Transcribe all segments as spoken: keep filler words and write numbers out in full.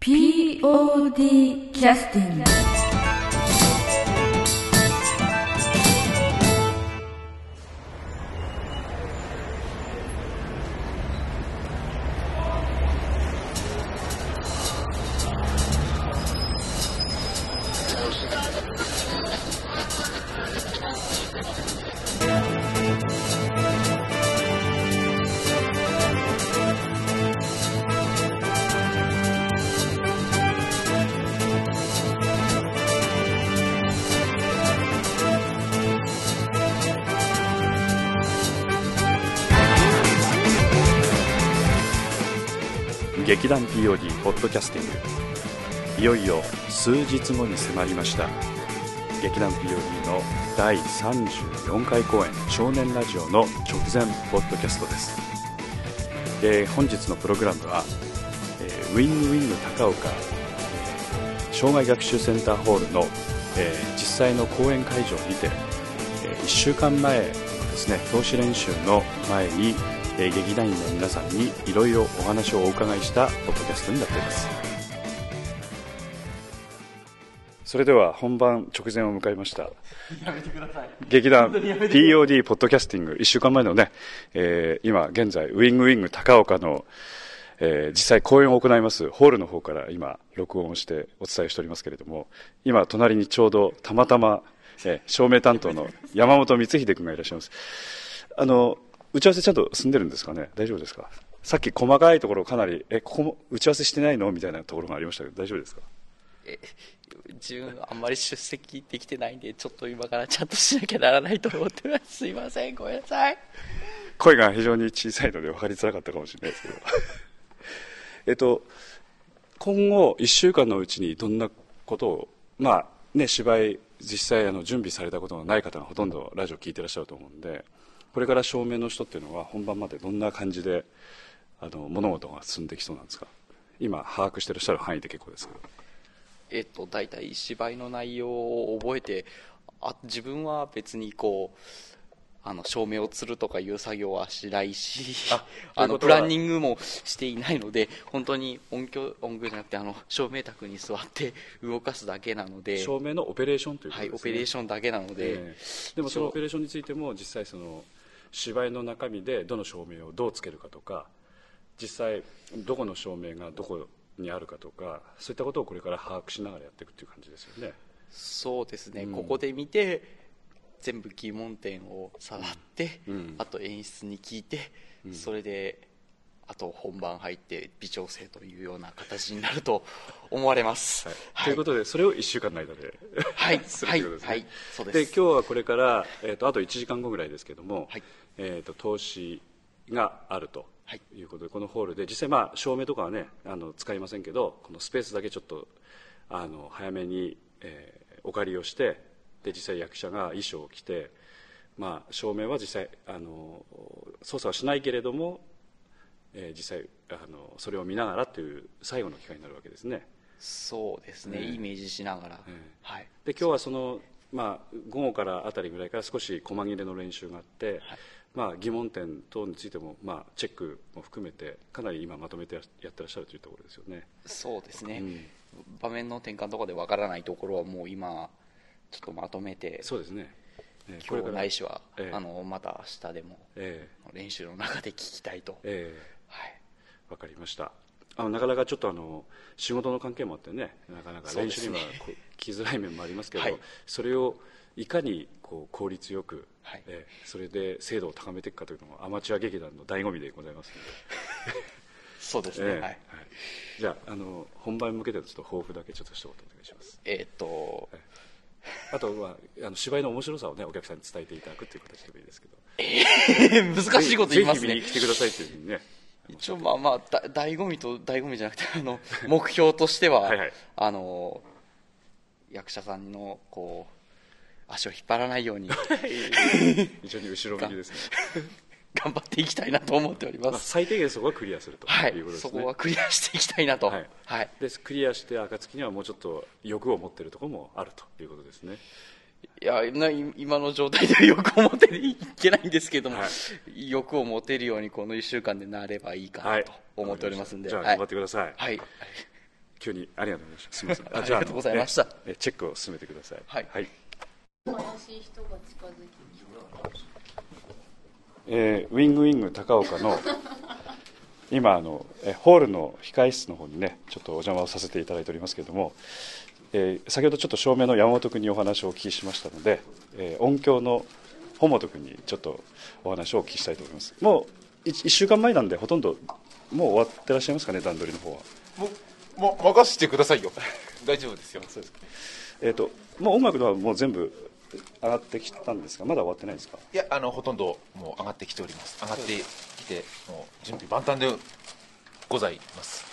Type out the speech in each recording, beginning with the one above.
ピーオーディー キャスティング。 劇団 ピーオーディー ポッドキャスティング、いよいよ数日後に迫りました。劇団 ピーオーディー のだいさんじゅうよんかい公演少年ラジオの直前ポッドキャストです。で本日のプログラムは、えー、ウィングウィング高岡、えー、障害学習センターホールの、えー、実際の公演会場にて、えー、いっしゅうかんまえですね、通し練習の前にえー、劇団員の皆さんにいろいろお話をお伺いしたポッドキャストになっています。それでは本番直前を迎えました。 やめてください。 劇団 ピーオーディー ポッドキャスティングいっしゅうかんまえのね、えー、今現在ウィングウィング高岡の、えー、実際公演を行いますホールの方から今録音をしてお伝えしておりますけれども、今隣にちょうどたまたま、えー、照明担当の山本光秀君がいらっしゃいます。あの打ち合わせちゃんと済んでるんですかね。大丈夫ですか。さっき細かいところかなりえここも打ち合わせしてないのみたいなところがありましたけど大丈夫ですか。 え自分あんまり出席できてないんでちょっと今からちゃんとしなきゃならないと思ってます。すいません、ごめんなさい。 声が非常に小さいので分かりづらかったかもしれないですけどえっと今後いっしゅうかんのうちにどんなことをまあね芝居実際あの準備されたことがない方がほとんどラジオ聞いてらっしゃると思うんで、これから照明の人っていうのは本番までどんな感じであの物事が進んできそうなんですか。今把握してらっしゃる範囲で結構ですけど。 えっと大体芝居の内容を覚えて、あ自分は別にこうあの照明を吊るとかいう作業はしないし、ああのプランニングもしていないので、本当に音響音響じゃなくてあの照明卓に座って動かすだけなので、 照明のオペレーションということですね。 はい、オペレーションだけなので、 えー、でもそのオペレーションについても実際その芝居の中身でどの照明をどうつけるかとか、実際どこの照明がどこにあるかとか、そういったことをこれから把握しながらやっていくという感じですよね。 そうですね、 うん、 ここで見て全部疑問点を触って、うん、あと演出に聞いて、うん、それであと本番入って微調整というような形になると思われます、 はいはい、ということでそれをいっしゅうかんの間ではいするということですね。 はい、はい、そうです。 で今日はこれから、えー、とあといちじかんごぐらいですけども、はい、えー、と投資があるということで、このホールで実際まあ照明とかはねあの使いませんけど、このスペースだけちょっとあの早めに、えー、お借りをして、で実際役者が衣装を着て、まあ、照明は実際あの操作はしないけれども、えー、実際あのそれを見ながらという最後の機会になるわけですね。 そうですね、えー、イメージしながら、えーはい、 で今日はその、まあ、午後からあたりぐらいから少し細切れの練習があって、はい、まあ、疑問点等についても、まあ、チェックも含めてかなり今まとめてやってらっしゃるというところですよね。 そうですね、うん、場面の転換とかでわからないところはもう今ちょっとまとめて、 そうですね、 えー、今日ないしは、えー、あのまた明日でも、えー、練習の中で聞きたいと。えー、はい、分かりました。あのなかなかちょっとあの仕事の関係もあってね、なかなか練習にはこう来づらい面もありますけど、はい、それをいかにこう効率よく、はい、えー、それで精度を高めていくかというのもアマチュア劇団の醍醐味でございますのでそうですね、えー、はい、はい、 じゃあ、あの本番に向けてちょっと抱負だけちょっと一言お願いします。 えー、っと、 えーあとはあの芝居の面白さをねお客さんに伝えていただくという形でもいいですけど、 えー、難しいこと言いますね。 ぜひ見に来てくださいというふうにね。 一応まあまあだ醍醐味と醍醐味じゃなくてあの目標としてははい、はい、あの役者さんのこう足を引っ張らないように非常に後ろ向きですね頑張っていきたいなと思っております、まあ、 最低限そこはクリアするということですね。 そこはクリアしていきたいなと、 はいはい、でクリアして暁にはもうちょっと欲を持っているところもあるということですね。 いや今の状態では欲を持っていけないんですけども、はい、欲を持てるようにこのいっしゅうかんでなればいいかなと思っておりますんで、 はい、じゃあ頑張ってください、 はい、 急にありがとうございました。すみません。 ありがとうございました。 えチェックを進めてください。 はい。 はい、 怪しい人が近づきえー、ウィングウィング高岡の今あのえホールの控室の方にねちょっとお邪魔をさせていただいておりますけれども、えー、先ほどちょっと照明の山本君にお話をお聞きしましたので、えー、音響の本本君にちょっとお話をお聞きしたいと思います。もう 1, いっしゅうかんまえなんでほとんどもう終わってらっしゃいますかね、段取りの方は。 もうもう任せてくださいよ大丈夫ですよ。 そうですか。えーと、もう音楽のはもう全部上がってきたんですか、まだ終わってないですか。 いや、あのほとんどもう上がってきております。上がってきてもう準備万端でございます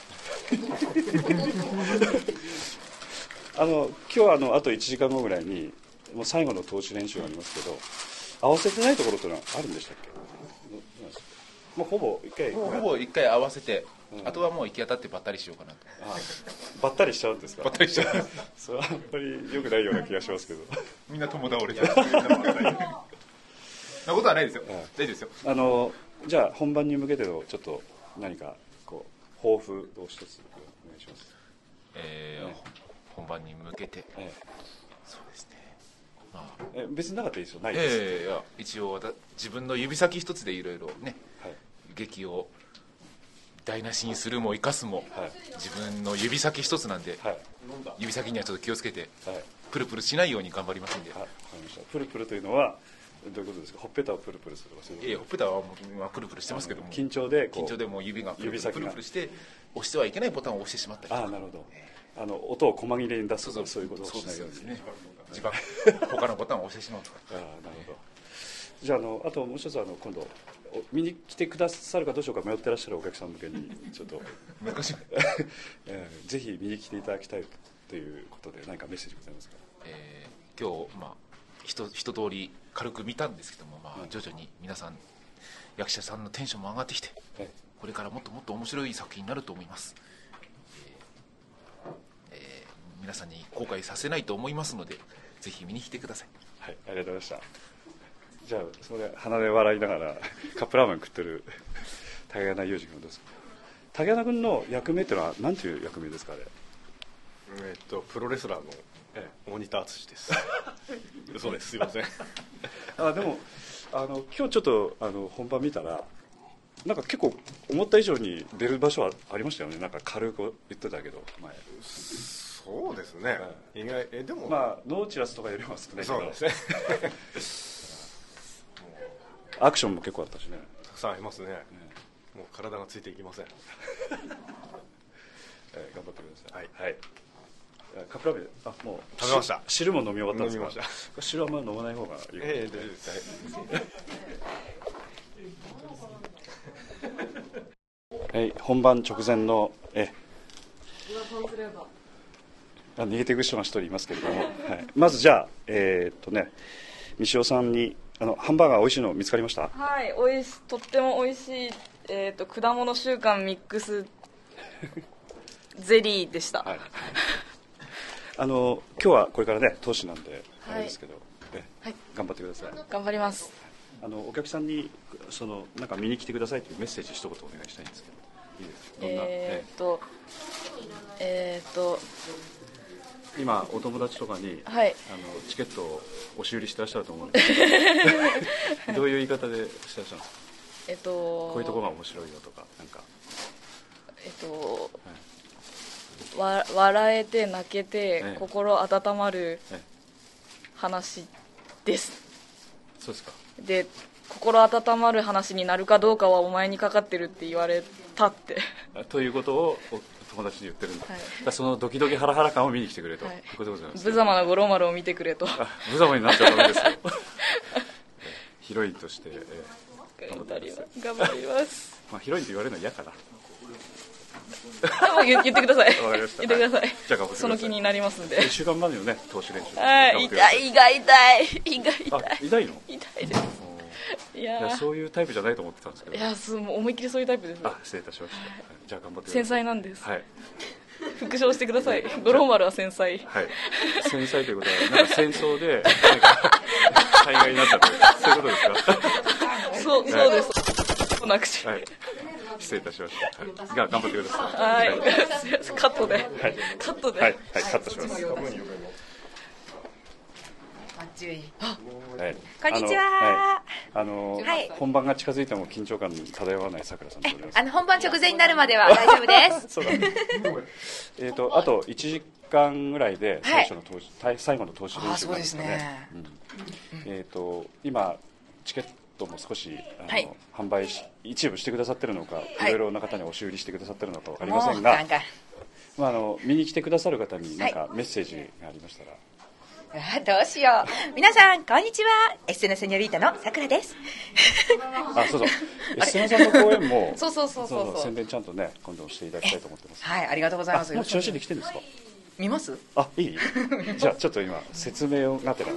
あの今日はあのあといちじかんごぐらいにもう最後の投資練習がありますけど、合わせてないところというのはあるんでしたっけ。もうほぼ一回もうほぼ一回合わせて、うん、あとはもう行き当たってばったりしようかなと。 ああばったりしちゃうんですか。 ばったりしちゃうそれはあんまり良くないような気がしますけどみんな友倒れてるそんなことはないですよ、うん、大丈夫ですよ。あのじゃあ本番に向けてのちょっと何かこう抱負を一つお願いします。 えーね、本番に向けて、ええ、そうですね、まあ、 え別になかったらいいですよ。ないです、 えー、いや一応自分の指先一つでいろいろね、はい、劇を台無しにするも生かすも、はい、自分の指先一つなんで、はい、指先にはちょっと気をつけて、はい、プルプルしないように頑張りますんで、はい、わかりました。 プルプルというのはどういうことですか。ほっぺたをプルプルするとかそういうこと。 いや、ほっぺたはまあプルプルしてますけども、 緊張で緊張でもう指がプルプルプルプルして押してはいけないボタンを押してしまったりとか。 ああ、なるほど。あの音を細切れに出すとかそういうことをしないように。 そうですね。自爆他のボタンを押してしまうとか。 ああ、なるほど。じゃあ、あのあともう一つあの今度見に来てくださるかどうしようか迷ってらっしゃるお客さん向けにちょっと難しい、 えー、ぜひ見に来ていただきたいということで何かメッセージございますか。 えー、今日まあ一一通り軽く見たんですけども、まあ、徐々に皆さん役者さんのテンションも上がってきて、はい、これからもっともっと面白い作品になると思います。えーえー、皆さんに後悔させないと思いますのでぜひ見に来てください。 はい、ありがとうございました。じゃあそれ鼻で笑いながらカップラーメン食ってる竹穴裕二君どうですか。竹穴君の役目っていうのは何ていう役名ですか。あれ、 えっとプロレスラーの大仁田敦です。嘘です、すいません。 あでもあの今日ちょっとあの本番見たらなんか結構思った以上に出る場所はありましたよね。なんか軽く言ってたけど前。 そうですね、はい、意外えでもまあノーチラスとかよりは少ないけどそうですねアクションも結構あったしね。 たくさんありますね、ねもう体がついていきません、 えー、頑張ってください。 はい、はい、 カップラーメンあもう食べました。 汁も飲み終わったんですか。 飲みました。 汁はあんまり飲まない方がいい。えー、大丈夫です。はい、本番直前のえ逃げていく人が一人いますけれども、はい、まずじゃあえー、っとね西尾さんにあのハンバーガー美味しいの見つかりました。 はい、おいしとっても美味しい、えー、っと果物週間ミックスゼリーでした。はい、 あの今日はこれからね投資なんであれですけど、はい、頑張ってください。 頑張ります。 あのお客さんにそのなんか見に来てくださいというメッセージ一言お願いしたいんですけどいいですか。どんなえー、っとえー、っと今お友達とかに、 はい、 あのチケットを押し売りしてらっしゃると思うんでどういう言い方でしてらっしゃるんですか。 えっとこういうところが面白いよとかなんかえっと、はい、わ笑えて泣けて、ええ、心温まる話です、 ええ、そうですか。 で心温まる話になるかどうかはお前にかかってるって言われたってということを友達に言ってるんで、はい、だそのドキドキハラハラ感を見に来てくれと、はい、いうことでございます。 無様な五郎丸を見てくれと。 無様になっちゃダメですよヒロインとして、えー、頑張ります頑張ります、 まあ、ヒロインと言われるのは嫌かな言ってください。 わかりました。 言ってください。 じゃあ頑張ってください。 その気になりますんで。 いっしゅうかんまでのね投資練習。 はい、痛い、胃が痛い、胃が痛い。 痛いの？ 痛いです。いや, いやそういうタイプじゃないと思ってたんですけど。 いやそう思いっきりそういうタイプです。 あ、失礼いたしました。はい、じゃあ頑張ってください。 繊細なんです。 はい。 復唱してください。五郎丸は繊細。 はい。繊細ということはなんか戦争でなんか災害になったというそういうことですか。 そうそうです。なくちゃ。はい。 失失礼いたしました。はい、が頑張ってください。 はい、カットで、はい、カットで、 はい、はい、カットします。 はい、こんにちは。 あの、はい、本番が近づいても緊張感漂わないさくらさんでございます。 あの本番直前になるまでは大丈夫です。 そうだ、ね。えっとあといちじかんぐらいで最初の投資、はい、最後の投資練習なんですかね。うん、えっと今チケットも少しあの、はい、販売し一部してくださってるのか、はい、いろいろな方に押し売りしてくださってるのかわかりませんが、まああの見に来てくださる方に何かメッセージがありましたら。 あ、どうしよう。皆さんこんにちは。エステのセニョリータのさくらです。 あ、そうそう。エステのさんの公演もそうそうそうそうそう宣伝ちゃんとね今度していただきたいと思ってます。 はい、ありがとうございます。 もうチラシで来てるんですか。 見ます？ あ、いい。じゃあちょっと今説明をがてら。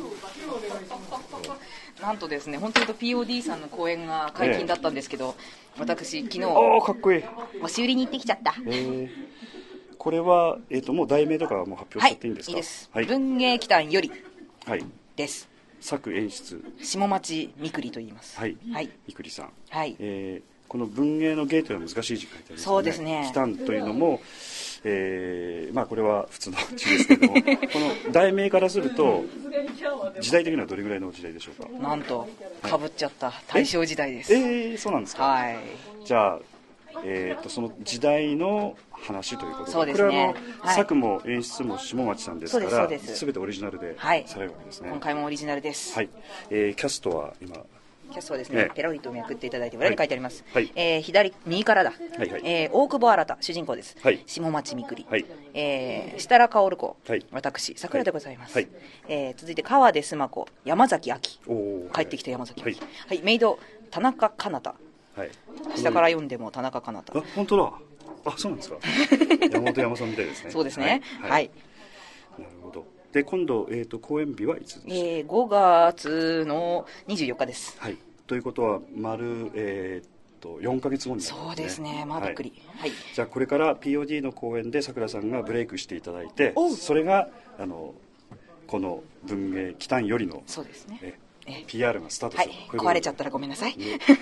なんとですね、本当に ピーオーディー さんの公演が解禁だったんですけど、えー、私昨日おーかっこいい押し売りに行ってきちゃった。 えーこれは、えー、ともう題名とかはもう発表しちゃっていいんですか。 はい、いいです、 はい、 文芸期間よりです、 はい、作演出下町みくりと言います。 はい、 はい、 みくりさん、 はいえー、この文芸の芸というのは難しい字書いてありますね。 そうですね。 期間というのも、えーまあ、これは普通の字ですけれどもこの題名からすると時代的にはどれぐらいの時代でしょうか。 なんとかぶっちゃった大正時代です。 ええー、そうなんですか。 はい、 じゃあえー、とその時代の話ということで、 そうですね、 これはあの、 はい、 作も演出も下町さんですからすべてオリジナルでされるわけですね。 今回もオリジナルです。 はい、えー、キャストは今キャストはですね、ペロリとめくっていただいて裏に書いてあります、 はいえー、左右からだ、 はいはいえー、大久保新主人公です、 はい、 下町みくり、 はいえー、設楽薫子、はい、私桜でございます、はいえー、続いて川出須磨子山崎亜紀、帰ってきた山崎亜紀、はいはい、メイド田中かなた、はい、下から読んでも田中かなた。 あ、本当だ。あ、そうなんですか。山本山さんみたいですね。 そうですね。はい。はい、 なるほど。で、今度、えっ、ー、と、公演日はいつですか。 えー、ごがつのにじゅうよっかです。 はい。ということは、丸、えっ、ー、と、よんかげつごになるんですね。 そうですね。まあ、びっくり。はい。はい、 じゃあ、これから ピーオーディー の公演で、さくらさんがブレイクしていただいて、それが、あの、この文芸期間よりの。 そうですね。 ええ ピーアール がスタートする。 はい。壊れちゃったらごめんなさい。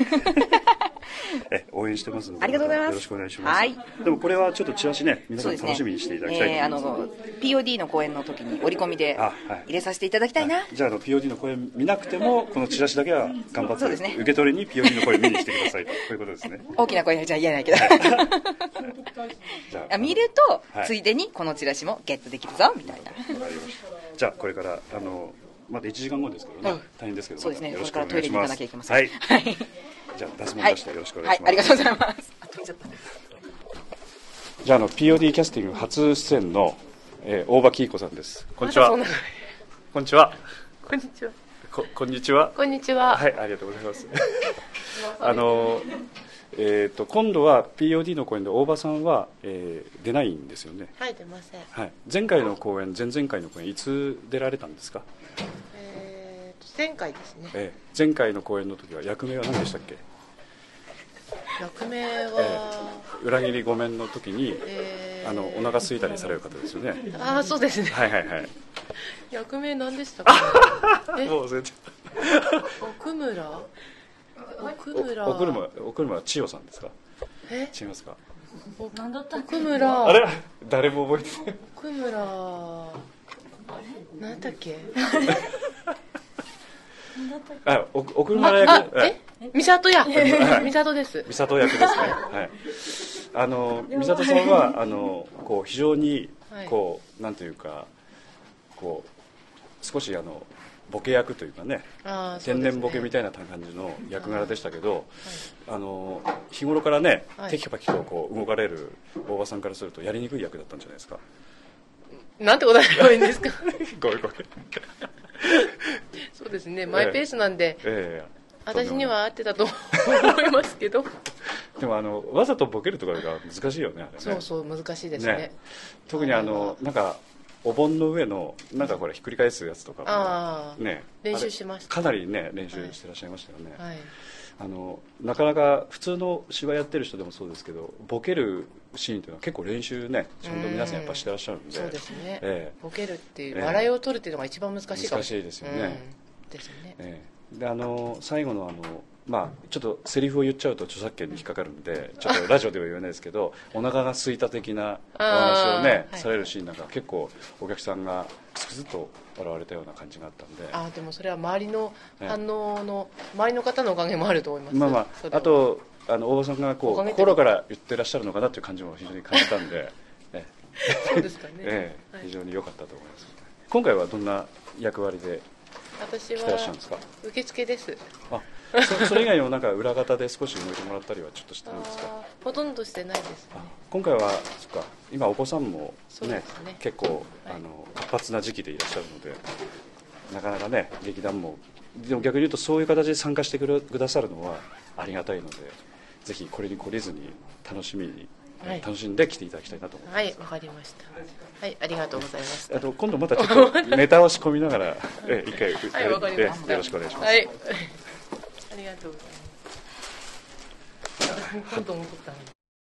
え応援してますので、 ありがとうございます。 よろしくお願いします。 はい。 でもこれはちょっとチラシね、皆さん楽しみにしていただきたいと思います。 ね、あの ピーオーディー の公演の時に折り込みで入れさせていただきたいな。はい、 じゃあ、あの ピーオーディー の公演見なくてもこのチラシだけは頑張って、ね、受け取りに ピーオーディー の公演見に来てくださいとこういうことですね。 大きな声じゃ言えないけど。じゃあ見ると、はい、ついでにこのチラシもゲットできるぞみたいな。 じゃあこれからあのまだいちじかんごですけどね、うん、大変ですけど、 そうですね。これからトイレに行かなきゃいけません。 はい。はい、じゃあ出すもの出してよろしくお願いします。 はい、はい、ありがとうございます。あ、飛んじゃった。 じゃあ、あの ピーオーディー キャスティング初出演の、えー、大場喜子さんです。こんにちは。こんにちは。 こんにちは。 ここんにちは。 こんにちは。 はい、ありがとうございます。あのえー、と今度は ピーオーディー の公演で大場さんは、えー、出ないんですよね。 はい、出ません。 はい、前回の公演前々回の公演いつ出られたんですか。 えー、前回ですね、 えー、前回の公演の時は役名は何でしたっけ。 役名は、 えー、裏切りごめんの時に、えー、あのお腹空いたりされる方ですよね。 ああ、そうですね。 はいはいはい。 役名何でしたか。 もう忘れちゃった。 奥村奥村奥村奥村千代さんですか。 え、 違いますか。 何だったっけ。奥村あれ誰も覚えてない。 奥村何だっけ。 あ、奥村役。 え、美里や。美里です。 美里役ですね。はい。あの美里さんはあのこう非常にこう、はい、なんというかこう少しあのボケ役というか ね, ね天然ボケみたいな感じの役柄でしたけど、はい、あの日頃からね、はい、テキパキとこう動かれる大場さんからするとやりにくい役だったんじゃないですか。 なんて答えればいいんですか。 ごめんごめん。 そうですね、マイペースなんで、ええええ、私には合ってたと思いますけど。 でもあのわざとボケるとかが難しいよね、あれね。 そうそう、難しいですね。ね、 特にあのなんかお盆の上のなんかこれひっくり返すやつとかも、 あ、 ね、 練習しました。 かなりね練習してらっしゃいましたよね。 はい、 あのなかなか普通の芝居やってる人でもそうですけど、ボケるシーンというのは結構練習ねちゃんと皆さんやっぱしてらっしゃるんで。 そうですね、 えー、 ボケるっていう、笑いを取るっていうのが一番難しいかも難しいですよね。 うん、ですね。 えー、であの最後のあのまあ、ちょっとセリフを言っちゃうと著作権に引っかかるんでちょっとラジオでは言えないですけどお腹が空いた的なお話をね、はい、されるシーンなんか結構お客さんがつくづと笑われたような感じがあったんで、 あでもそれは周りの反応の、ね、周りの方のおかげもあると思います。 まあまあ、あとあの大場さんがこう心から言ってらっしゃるのかなという感じも非常に感じたんで、ね、 そうですかね、 ええ、非常に良かったと思います。今回はどんな役割で私は受付です。 あ そ, それ以外にもなんか裏方で少し動いてもらったりはちょっとしてるんですか？ ほとんどしてないですね。 今回はそっか今お子さんも、ねね、 結構、はい、あの活発な時期でいらっしゃるのでなかなかね劇団もでも逆に言うとそういう形で参加してくださるのはありがたいのでぜひこれに懲りずに楽しみに、はい、楽しんで来ていただきたいなと思います。 はい、わかりました。はい、ありがとうございます。 あと今度またちょっとネタを仕込みながらえ一回、 はい、わかりました。 よろしくお願いします。 はい、ありがとうございます。私も今度思ったの。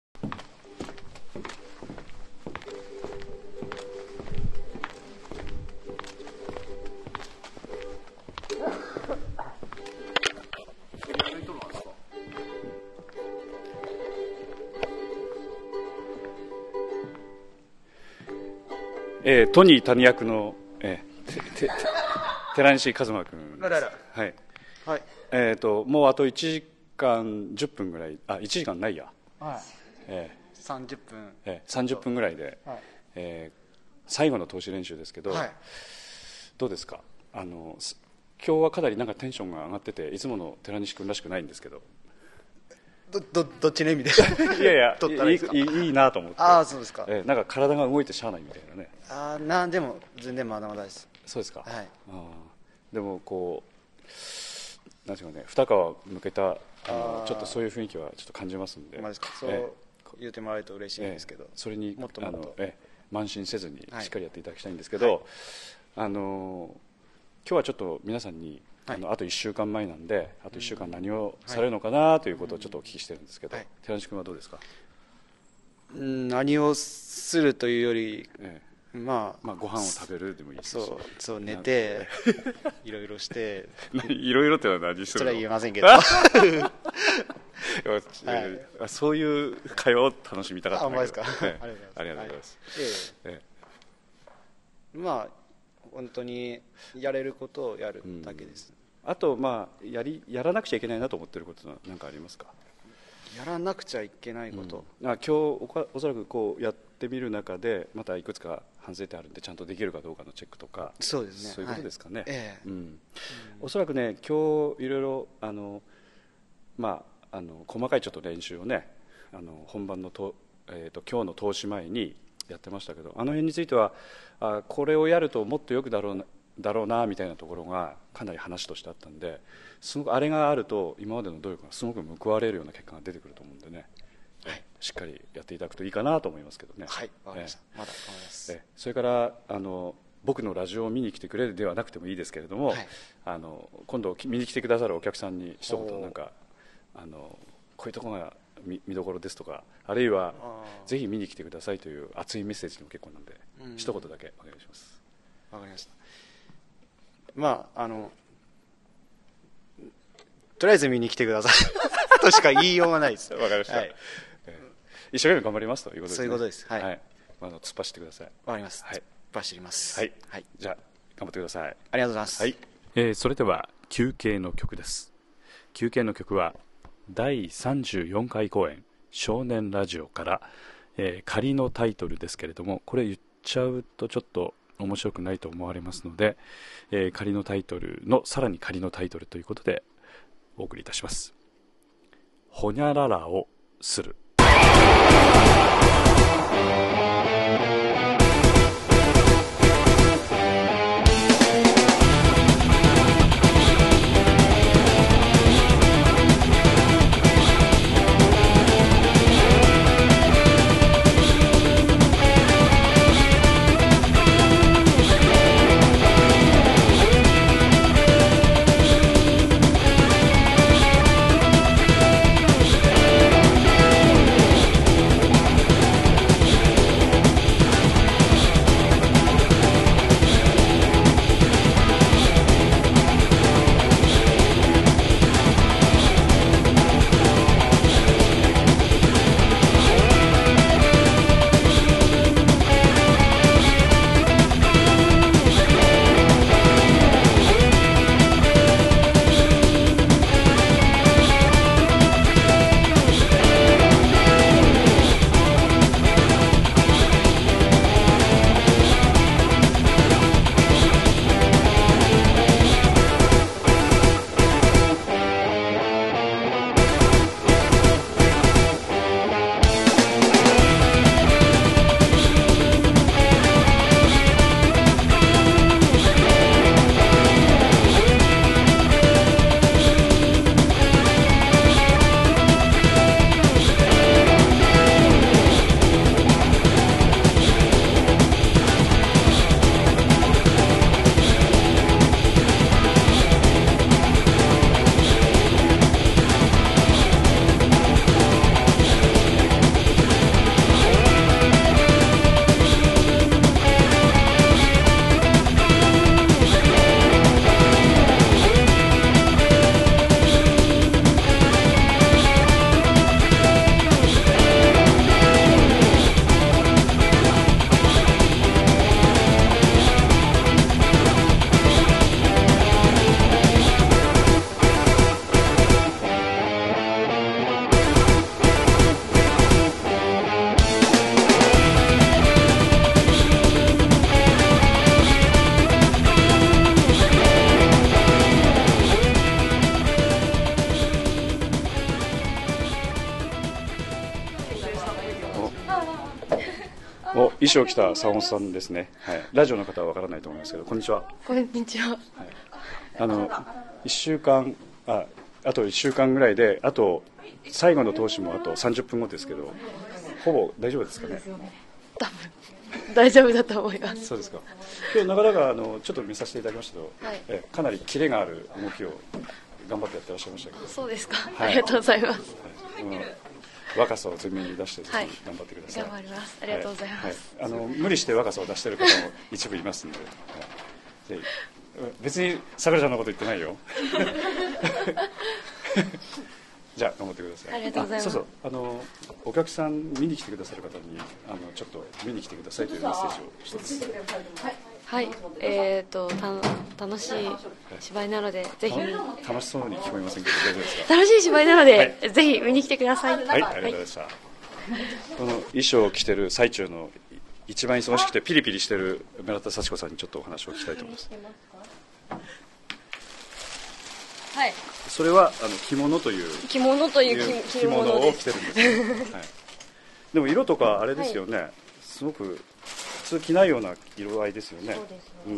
えー、トニー谷役の、えー、てて寺西一馬君です。はい。はい。えっ、ー、ともうあといちじかんじゅっぷんぐらい、あいちじかんないや。はい。えー、 さんじゅっぷん。 えー、さんじゅっぷんぐらいで、はい、えー、最後の通し練習ですけど、はい、どうですか。あの今日はかなりなんかテンションが上がってていつもの寺西君らしくないんですけど。 ど, ど, どっちの意味でいやいやいい, い, いいなと思って。 ああそうですか、 えー、なんか体が動いてしゃあないみたいなね。 あなでも全然まだまだです。 そうですか。 はい。 あでもこうなんていうかね二皮向けたあのちょっとそういう雰囲気はちょっと感じますんで。 まあ、そう言ってもらえると嬉しいんですけど、 えー、それにもっともっとあの、えー、慢心せずにしっかりやっていただきたいんですけど、はい、あの今日はちょっと皆さんにあのあといっしゅうかんまえなんであといっしゅうかん何をされるのかなということをちょっとお聞きしてるんですけど、はい、寺西君はどうですか。 うん、何をするというより、ええ、まあ、 まあご飯を食べるでもいいですし、 そうそう寝ていろいろしていろいろってのは何するの。 それは言えませんけどはい、 そういう会話を楽しみたかったんだけど。 あ、ですか、 ええ、ありがとうございます、はい、ええ、まあ本当にやれることをやるだけです、 うん、あと、まあ、やりやらなくちゃいけないなと思っていることは何かありますか。 やらなくちゃいけないこと、 うん、あ今日 お, おそらくこうやってみる中でまたいくつか反省点あるんでちゃんとできるかどうかのチェックとか。 そうですね、 そういうことですかね、 はい、ええ、 うんうん、おそらくね今日いろいろあの、まあ、あの細かいちょっと練習をねあの本番のと、えー、と今日の投資前にやってましたけどあの辺についてはあこれをやるともっとよくだろうなだろうなみたいなところがかなり話としてあったんですごくあれがあると今までの努力がすごく報われるような結果が出てくると思うんでね、はい、しっかりやっていただくといいかなと思いますけどね。 はい、わかりました、えー、まだ頑張ります。 えそれからあの僕のラジオを見に来てくれるではなくてもいいですけれども、はい、あの今度見に来てくださるお客さんに一言なんかあのこういうところが 見, 見どころですとかあるいはぜひ見に来てくださいという熱いメッセージでも結構なんで、うん、一言だけお願いします。 わかりました。まああのとりあえず見に来てくださいとしか言いようがないです。 わかりました、はい、えー、一生懸命頑張りますということですね。 そういうことです。はい、はい、 まあ、突っ走ってください。 わかります、はい、突っ走ります。 はい、はい、じゃあ頑張ってください。ありがとうございます、 はいえー、それでは休憩の曲です。休憩の曲はだいさんじゅうよんかい公演少年ラジオから、えー、仮のタイトルですけれどもこれ言っちゃうとちょっと面白くないと思われますので、えー、仮のタイトルのさらに仮のタイトルということでお送りいたします。ほにゃららをする。 衣装を着た坂本さんですね、はい、ラジオの方はわからないと思いますけど、こんにちは。 こんにちは、はい、 あのいっしゅうかん あ, あといっしゅうかんぐらいで、あと最後の投資もあとさんじゅっぷんごですけど、ほぼ大丈夫ですかね。 多分大丈夫だと思います。 そうですか。今日なかなかあのちょっと見させていただきましたけど、 はい、 えかなりキレがある動きを頑張ってやってらっしゃいましたけど。 そうですか、 はい、 ありがとうございます、 はい、うん、若さを前面に出してぜひ頑張ってください。 はい、頑張ります。ありがとうございます、 はいはい、あの無理して若さを出している方も一部いますので、はい、で別にさくらちゃんのこと言ってないよじゃあ頑張ってください。 ありがとうございます。 そうそう、あのお客さん見に来てくださる方にあのちょっと見に来てくださいというメッセージを一つ。 はい、えーとた楽しい芝居なので、ぜひ。 楽しそうに聞こえませんけど大丈夫ですか。 楽しい芝居なので、はい、ぜひ見に来てください。 はい、ありがとうございました、はい、この衣装を着てる最中の一番忙しくてピリピリしてる村田幸子さんにちょっとお話を聞きたいと思います。 はい、 それはあの着物という着物という着物を着てるんです、ねはい、でも色とかあれですよね、はい、すごく普通着ないような色合いですよね。そうですね、うん、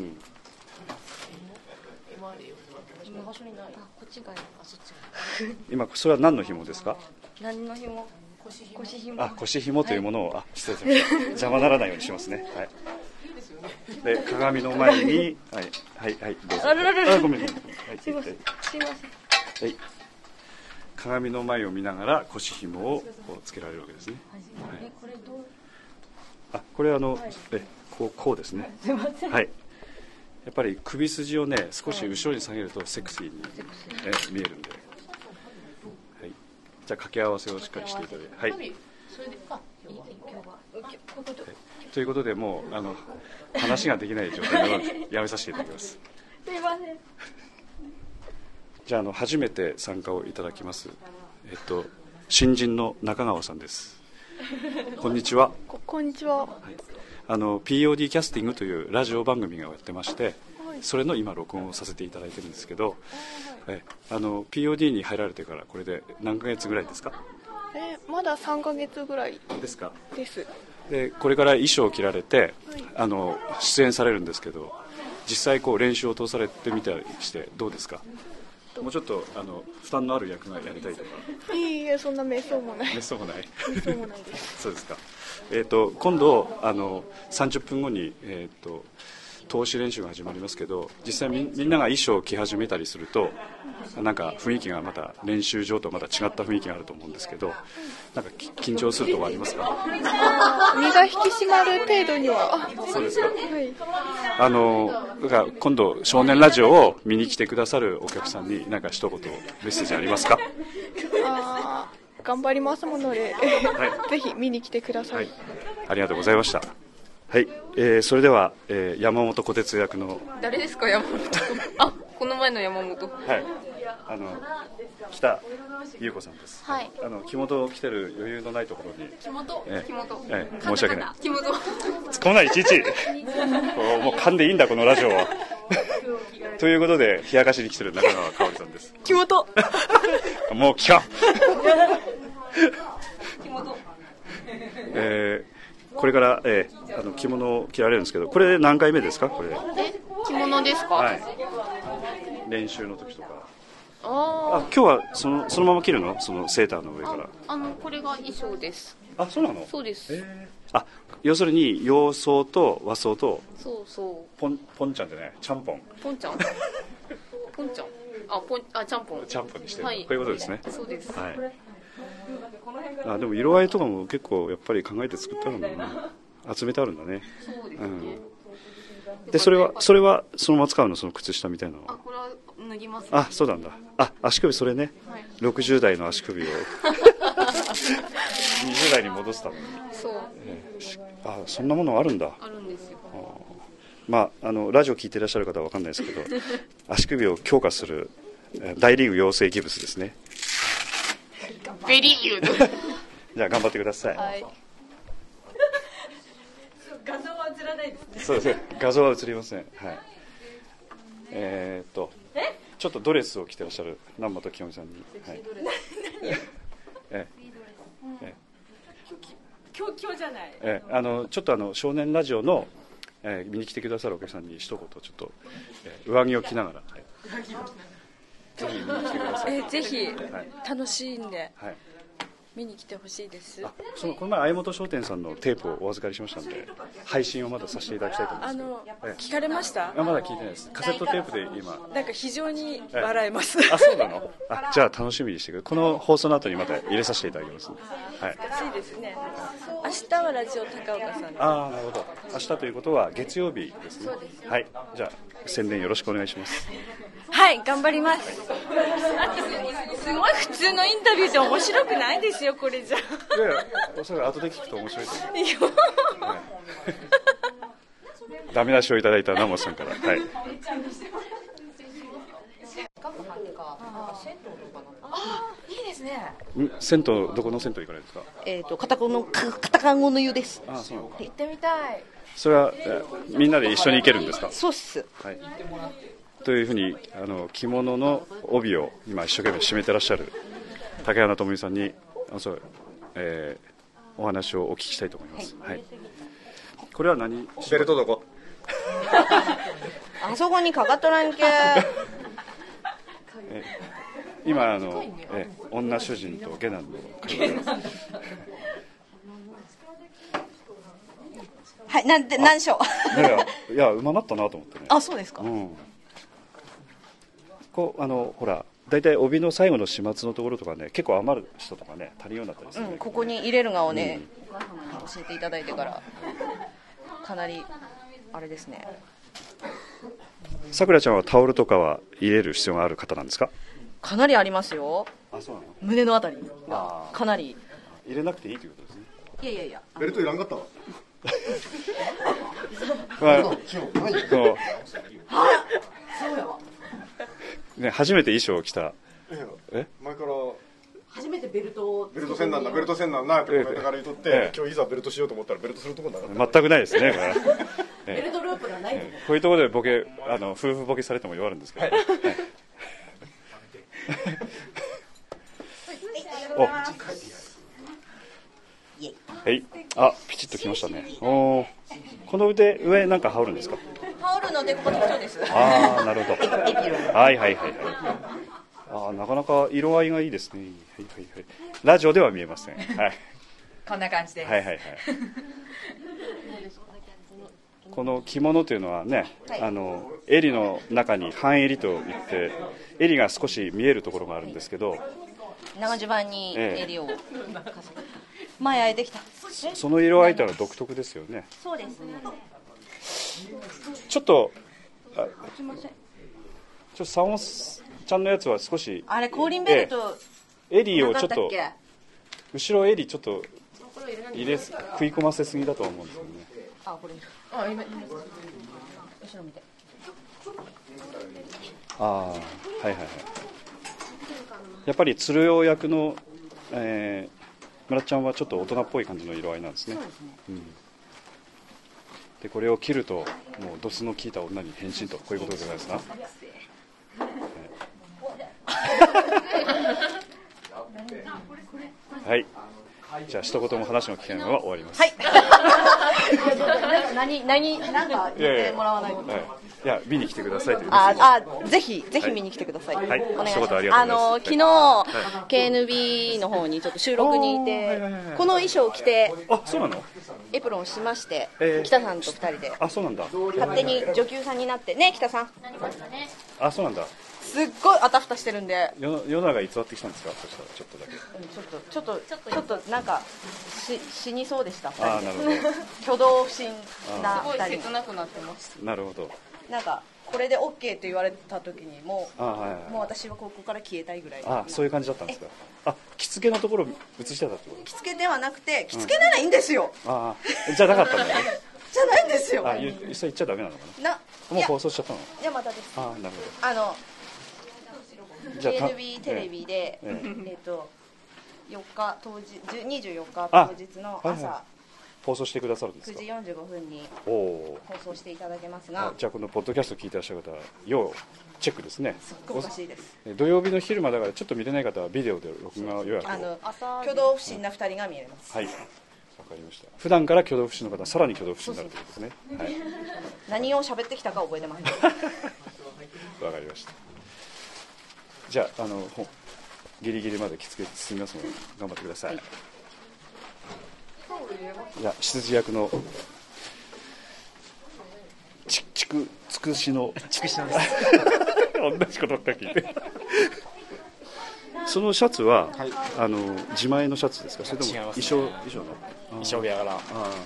今それは何の紐ですか。 何の紐。腰紐。 あ、腰紐というものを、はい、あ、失礼しました邪魔ならないようにしますね。はい、で鏡の前にはいはいはいどうぞ。あらららら、あ、ごめんごめん、はい、すいません、すいません、はい、鏡の前を見ながら腰紐をこうつけられるわけですね。はい、あ、これはあの、はい、えこうこうですね。すいません、はい、やっぱり首筋をね少し後ろに下げるとセクシーに、え見えるんで、はい、じゃあ掛け合わせをしっかりしていただいて、はい、それであいい今日はということで、もうあの話ができない状態なのでやめさせていただきます。 すいません。 じゃあ、あの初めて参加をいただきます、えっと、新人の中川さんです。こんにちは。 こ, こんにちは、はい、 あの ピーオーディー キャスティングというラジオ番組がやってまして、はい、それの今録音をさせていただいてるんですけど、はい、あの ピーオーディー に入られてからこれで何ヶ月ぐらいですか。 えー、まださんかげつぐらいですか。 ですでこれから衣装を着られて、はい、あの出演されるんですけど、実際こう練習を通されてみたりしてどうですか。もうちょっとあの負担のある役がやりたいとか。 いいえ、そんなめっそうもない。 めっそうもない。 めっそうもないです。 そうですか。えっと今度あのさんじゅっぷんごにえっと通し練習が始まりますけど、実際 み, みんなが衣装を着始めたりすると、なんか雰囲気がまた練習場とまた違った雰囲気があると思うんですけど、なんか緊張するところありますか。 あ、身が引き締まる程度には。 そうですか。 はい、 あのだから今度少年ラジオを見に来てくださるお客さんに何か一言メッセージありますか。 あ、頑張りますもので、はい、ぜひ見に来てください、はい、 ありがとうございました。はい、えー、それでは、えー、山本小鉄役の。 誰ですか、山本。あ、この前の山本。 はい、あの北優子さんです。 はい、 あの着物を着てる余裕のないところに。 着物、 えー、 着物、 えー、申し訳ない。 着物。 突っ込まない、いちいち。もう噛んでいいんだこのラジオは。ということで冷やかしに来てる中川香織さんです。 着物。 もう聞かん。 着物。 えーこれから、えー、あの着物を着られるんですけど、これ何回目ですか。これえ着物ですか。 はい、練習の時とか。 ああ、今日はそのそのまま着るの、そのセーターの上から。 あ、あのこれが衣装です。 あ、そうなの。 そうです、 えー、あ、要するに洋装と和装と。 そうそう。 ポンポンちゃんでね、ちゃんぽん。 ポンちゃん。ポンちゃん。あ、ポン、あ、ちゃんぽん。 ちゃんぽんにしてる、 はい、 こういうことですね。 そうです。 はい。あ、でも色合いとかも結構やっぱり考えて作ってあるんだな。集めてあるんだね。 そうですね。 うん、でそれはそれはそのまま使うの、その靴下みたいなの。 あ、これは脱ぎます、ね。 あ、そうなんだ。あ、足首それね。はい、ろくじゅう代の足首をにじゅう代に戻すために。 そう。 えー、あ、そんなものあるんだ。 あるんですよ。 まああのラジオ聞いていらっしゃる方は分かんないですけど、足首を強化する大リーグ養成ギブスですね。 ベリーグ。 じゃあ頑張ってください。 はい。 画像は映らないですね。 そうですね。画像は映りません。はい。えー、っとちょっとドレスを着てらっしゃる南本清美さんに。はい。えええ今日今日じゃない。 えあのちょっとあの少年ラジオの、えー、見に来てくださるお客さんに一言ちょっと、えー、上着を着ながら、はい、ぜひ見に来てください。 えー、ぜひ、 はい、 楽しいんで。 はい、 見に来てほしいです。 あそのこの前相本商店さんのテープをお預かりしましたので配信をまださせていただきたいと思います。 あの、 ええ、 聞かれました？ まだ聞いてないです。カセットテープで今なんか非常に笑えます。 あ、そうなの？あ、じゃあ楽しみにしてくれ。この放送の後にまた入れさせていただきますので。はい。 難しいですね。明日はラジオ高岡さんです。 ああ、なるほど。明日ということは月曜日ですね。 そうです。 はい。じゃあ宣伝よろしくお願いします。 はい、頑張ります。すごい普通のインタビューって面白くないですよ、これじゃ。いやいや、それ後で聞くと面白いと思う。はい、ダメ出しをいただいた南本さんから。はい。 あ、いいですね。 銭湯、どこの銭湯行かれるんですか？ えっと、片方の片方の湯です。 あ、そうなのか。 行ってみたい。 それはみんなで一緒に行けるんですか？ そうっす。 はい。というふうにあの着物の帯を今一生懸命締めてらっしゃる竹花智美さんにあそう、えー、お話をお聞きしたいと思います。はい。はい、これは何？ ベルトどこ？ あそこにかかっとらんけ。 え今あのえ女主人と下男の会話。 はい、なんで何章？ いやいや、いやうまなったなと思ってね。 あ、そうですか。 うん。こうあのほら大体帯の最後の始末のところとかね結構余る人とかね足りようになったりする、ね、 うん、ここに入れるがをね、うん、教えていただいてからかなりあれですね。 さくらちゃんはタオルとかは入れる必要がある方なんですか？ かなりありますよ。 あ、そうなの？ 胸のあたりがかなり入れなくていいということですね。 いやいやいや、 ベルトいらんかったわ。 まあ、そうね、初めて衣装を着た。 え前から初めてベルトをベルトせんなんだベルトせんなんなって言ったから言っとって、ええ、今日いざベルトしようと思ったらベルトするところなかった。 全くないですね。 ベルトループがない、 ええ、こういうところでボケあの夫婦ボケされても弱るんですけど、はい、おはい、あ、ピチッときましたね。おこの腕上なんか羽織るんですか？ 羽織るのでここでです。 ああ、なるほど。はいはいはいはい。ああ、なかなか色合いがいいですね。はいはいはい。ラジオでは見えません。はい。 こんな感じです。 はいはいはい。この着物というのはね、はい、あの襟の中に半襟といって襟が少し見えるところがあるんですけど、 長襦袢に襟を、ええ、前あえてきた。 その色合いというのは独特ですよね。 そうですね。 ちょっとあすみません。ちょっとサオンちゃんのやつは少しあれ後輪ベルト、 ええ、襟をちょっと後ろ襟ちょっと入れ食い込ませすぎだと思うんですよね。 あ、これ。あ、今後ろ見て。 ああ、はいはいはい。やっぱり鶴代役の、えー、村ちゃんはちょっと大人っぽい感じの色合いなんですね。 そうですね。 うん、でこれを着るともうドスの効いた女に変身とこういうことでございますか。はい。じゃあ一言も話の聞けないのは終わります。 はい。何何なんか言ってもらわないと。 いやいや、いや見に来てくださいという。 ああ、ぜひぜひ見に来てください。 はい。 お願いします。 あの昨日 ケーエヌビー の方にちょっと収録にいて、この衣装を着て、 あ、そうなの？ エプロンしまして、 えー、 北さんとふたりで。 あ、そうなんだ。 勝手に女給さんになってね、北さん。 あ、そうなんだ。 すっごいあたふたしてるんで。 世世の中偽ってきたんですか？そしたらちょっとだけ。 うん、ちょっとちょっとちょっとなんかし死にそうでした。 ああ、なるほど。 挙動不審なすごい切なくなってました。 なるほど。 なんかこれで オーケー と言われた時にもう、 あ、はいはい、 もう私はここから消えたいぐらい。 あ、そういう感じだったんですか。あ、着付けのところ映してたってこと？ 着付けではなくて着付けならいいんですよ。 うん、ああ、じゃなかったんだね。 じゃないんですよ。 あ、言言っちゃダメなのかな。な、もう放送しちゃったの？ いやまたです。 あ、なるほど。 あの。 ケーエヌビー テレビで、えー、えーとよっか当日にじゅうよっか当日の朝、はいはい、 放送してくださるんですか？ くじよんじゅうごふんに放送していただけますが、 じゃあこのポッドキャスト聞いてらっしゃる方は要チェックですね。 すっごいおかしいです。 土曜日の昼間だからちょっと見れない方はビデオで録画予約を。 あの挙動不審なふたりが見えます。 はい、わかかりました。普段から挙動不審の方はさらに挙動不審になるということですね。はい、 何を喋ってきたか覚えてます。 わかりました。じゃあ、あのギリギリまで着付け進みますので頑張ってください。はい、じゃあ執事役のちちくつくしのつくしのです同じことばっかり聞いてそのシャツは、はい、あの自前のシャツですか、それとも衣装、衣装の衣装部屋から。あ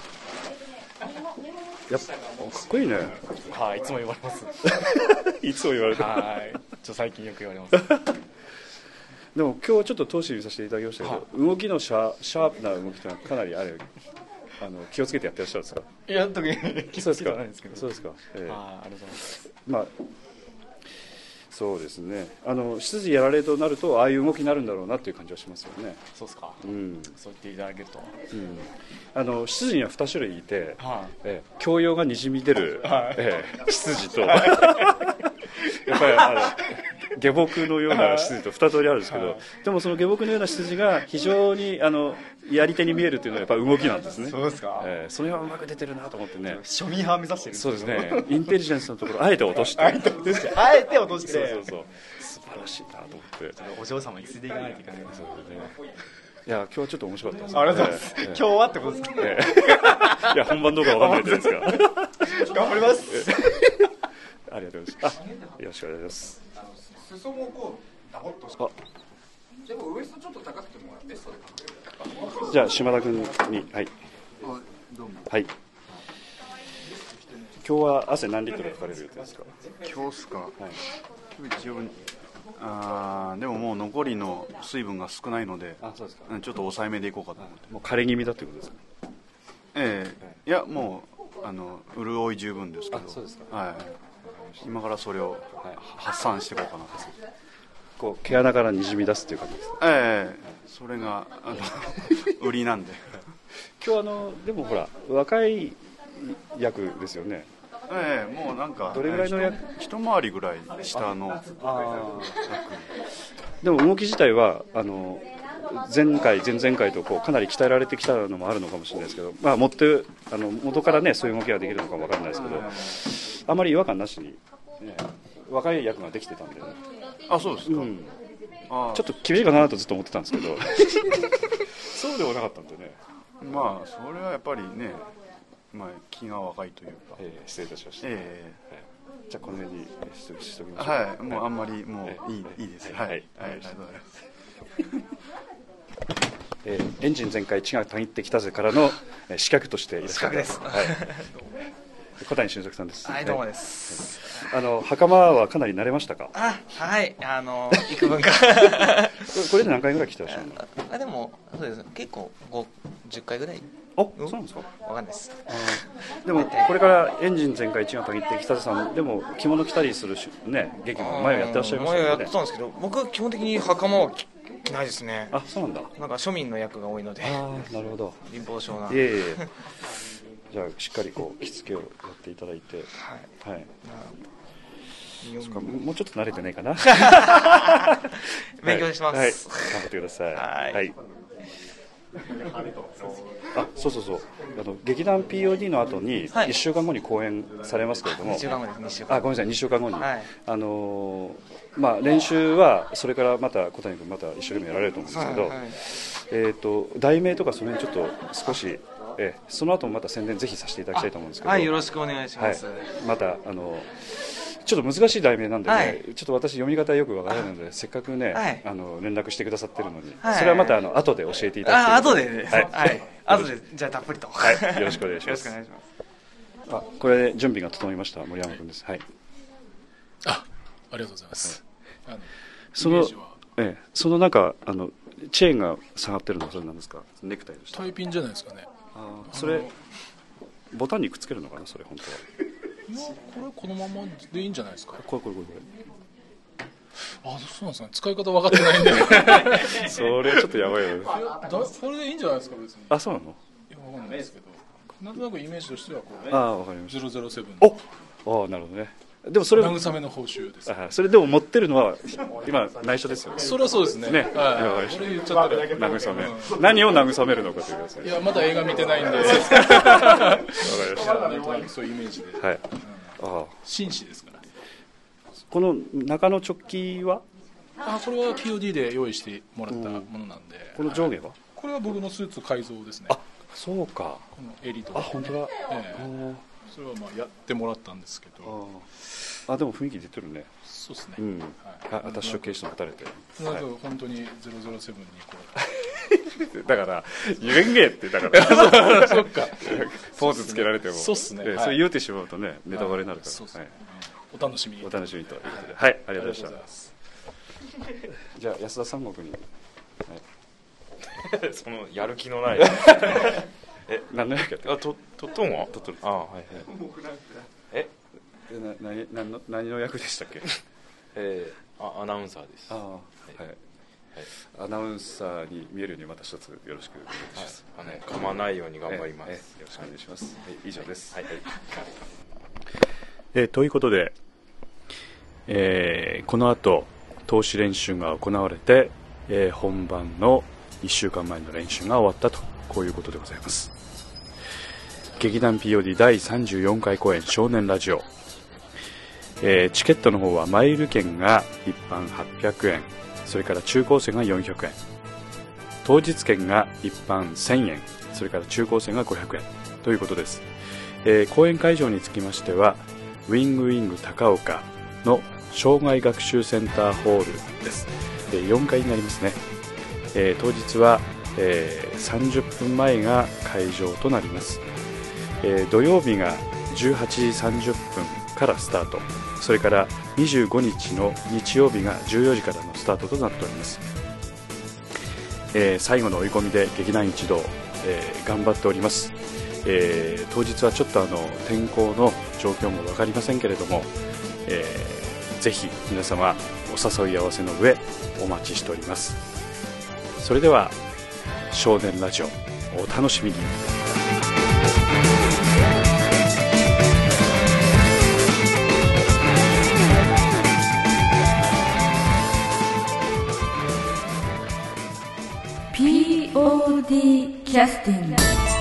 やっぱかっこいいね。 はい、いつも言われますいつも言われる。 はいちょ最近よく言われますでも今日ちょっと通し見させていただきましたけど、はい、動きのシャシャープな動きというのはかなりあれあの気をつけてやってらっしゃるんですか。 いや特に気をつけてないんですけど。 そうですか。 えー、あ, ありがとうございます。 まあそうですね、あの執事やられるとなるとああいう動きになるんだろうなという感じはしますよね。 そうですか、 うん、 そう言っていただけると、 うん、あの執事にはに種類いて、 はい、 え教養がにじみ出る、 はいえー、執事とやっぱりあの下僕のような執事とに通りあるんですけど、はい、でもその下僕のような執事が非常にあのやり手に見えるというのはやっぱり動きなんですね。 そうですか、 えー、それはうまく出てるなと思ってね。 庶民派目指してる。 そうですね、インテリジェンスのところあえて落としてあえて落としてあえて落としてそうそうそう素晴らしいなと思ってお嬢様についていかないといけないですよね。 いや今日はちょっと面白かったです、 ありがとうございます、えー、今日はってことですか、 えー、いや本番どうかわかんないじゃないですか頑張りますありがとうございます。あよろしくお願いします。 裾もこうダボっとしてでもウエストちょっと高くてもベストで隠れる。 じゃあ島田君にはいどうもはい今日は汗何リットルかかれる予定ですか。 今日ですか、はい、一応あでももう残りの水分が少ないので、 あそうですか、 ちょっと抑えめでいこうかと思って。 もう枯れ気味だということですか。 ええー、いやもうあの潤い十分ですけど。 あそうですか、 はい、今からそれを発散していこうかなと。 こう毛穴からにじみ出すという感じですか。 ええー、それがあの売りなんで今日あのでもほら若い役ですよね。 ええもうなんかどれぐらいの役、 一回りぐらい下の役。 でも動き自体はあの前回前々回とこうかなり鍛えられてきたのもあるのかもしれないですけど、まあ持ってあの元からねそういう動きができるのかもわからないですけど、あまり違和感なしに、ね、若い役ができてたんで、ね、 あそうですか、うん、 あちょっと厳しいかなとずっと思ってたんですけどそうでもなかったんでね。 まあそれはやっぱりね、まあ、気が若いというか、 えー、失礼いたしました、 えーはい、じゃあこの辺にしとしておきましょう。 はい、もうあんまりもういい、えー、いいですはい、はい、 はい、ありがとうございます、えー、エンジン全開血がたぎってきたぜからの、えー、刺客としていらっしゃるです、はい、 小谷俊作さんです。 はいどうもです、 はい、あの袴はかなり慣れましたか。 あはいあの幾分かこれで何回ぐらい来てらっしゃるの。 あでもそうです結構ごじゅっかいぐらい。 あ、そうなんですか。 わかんないです。 でもこれからエンジン全開血がたぎってきたぜさんでも着物着たりするね劇も前はやってらっしゃいましたよね。 前はやってたんですけど僕基本的に袴は着ないですね。 あそうなんだ。 なんか庶民の役が多いので。あなるほど。 貧乏症な。 いえいえじゃあしっかりこう着付けをやっていただいて、はい、はい、そうかもうちょっと慣れてないかな勉強します、 はいはい、頑張ってください。 はい、はい、 あそうそうそうあの劇団 ピーオーディー の後にいっしゅうかんごに公演されますけれども、 にしゅうかんごですにしゅうかんあごめんなさいにしゅうかんごに、 はい、 あのー、まあ練習はそれからまた小谷君また一生懸命やられると思うんですけど、はいはい、えーと題名とかその辺ちょっと少しええ、その後もまた宣伝ぜひさせていただきたいと思うんですけど、 はいよろしくお願いします、 はい、またあのちょっと難しい題名なんでね、はい、ちょっと私読み方よくわからないのでせっかくね、はい、あの連絡してくださってるのに、はい、それはまたあの後で教えていただきたい。 あ後でねはい、はい、後でじゃあたっぷりと、 はい、よろしくお願いします。 よろしくお願いします。 あこれで準備が整いました森山君です。はいあありがとうございます、 はい、あのそのええそのなんかあのチェーンが下がってるのはそれなんですか。ネクタイでした。 タイピンじゃないですかね。 あそれボタンにくっつけるのかなそれ本当は。 いやこれこのままでいいんじゃないですか。 これこれこれこれあそうなんですか、ね、使い方分かってないんでそれちょっとやばいよね。 それでいいんじゃないですか別に。 あそうなの。 いや分かんないですけどなんとなくイメージとしてはこうあ分かりました。 ゼロゼロセブンおあなるほどねでもそれ慰めの報酬です。 あそれでも持ってるのは今内緒ですよね。 それはそうですね。 ね、 はい、これ言っちゃったら慰め、うん、何を慰めるのかというですね。 いやまだ映画見てないんで。わかりました。そういうイメージで。 はい。 うん、ああ紳士ですから。 この中のチョッキは？ あこれは ピーオーディー で用意してもらったものなんで。 この上下は？ これは僕のスーツ改造ですね。 あそうか。 この襟とか。 あ本当だ。 ええそれはまあやってもらったんですけど。 ああでも雰囲気出てるね。 そうですね。 うん。はい、アタッシュケースも打たれて。 なんか本当にゼロゼロセブンにこう。だから言えんげってだからそっかポーズつけられてもそうっすね、 えーはい、それ言うてしまうとねネタバレになるから、 そうっすね、 はい、 お楽しみにお楽しみということではい、ありがとうございましたじゃあ安田三国に、 はい、そのやる気のないえ何の役やったあととっとんはとっとんあはいはいえな何何の何の役でしたっけえー、あアナウンサーですあはい、はいアナウンサーに見えるようにまた一つよろしくお願いします。 はい、あの噛まないように頑張ります。 ええええ、よろしくお願いします。はい、以上です。 はい。はいえー、ということで、えー、この後投資練習が行われて、えー、本番のいっしゅうかんまえの練習が終わったとこういうことでございます。劇団 ピーオーディー だいさんじゅうよんかい公演少年ラジオ、えー、チケットの方はマイル券が一般はっぴゃくえん、それから中高生がよんひゃくえん、当日券が一般せんえん、それから中高生がごひゃくえんということです。えー、公演会場につきましてはウィングウィング高岡の障害学習センターホールです。えー、よんかいになりますね。えー、当日は、えー、さんじゅっぷんまえが会場となります。えー、土曜日がじゅうはちじさんじゅっぷんからスタート、それからにじゅうごにちの日曜日がじゅうよじからのスタートとなっております。えー、最後の追い込みで劇団一同、えー、頑張っております。えー、当日はちょっとあの天候の状況も分かりませんけれども、えー、ぜひ皆様お誘い合わせの上お待ちしております。それでは少年ラジオお楽しみに。 ピーオーディー キャスティング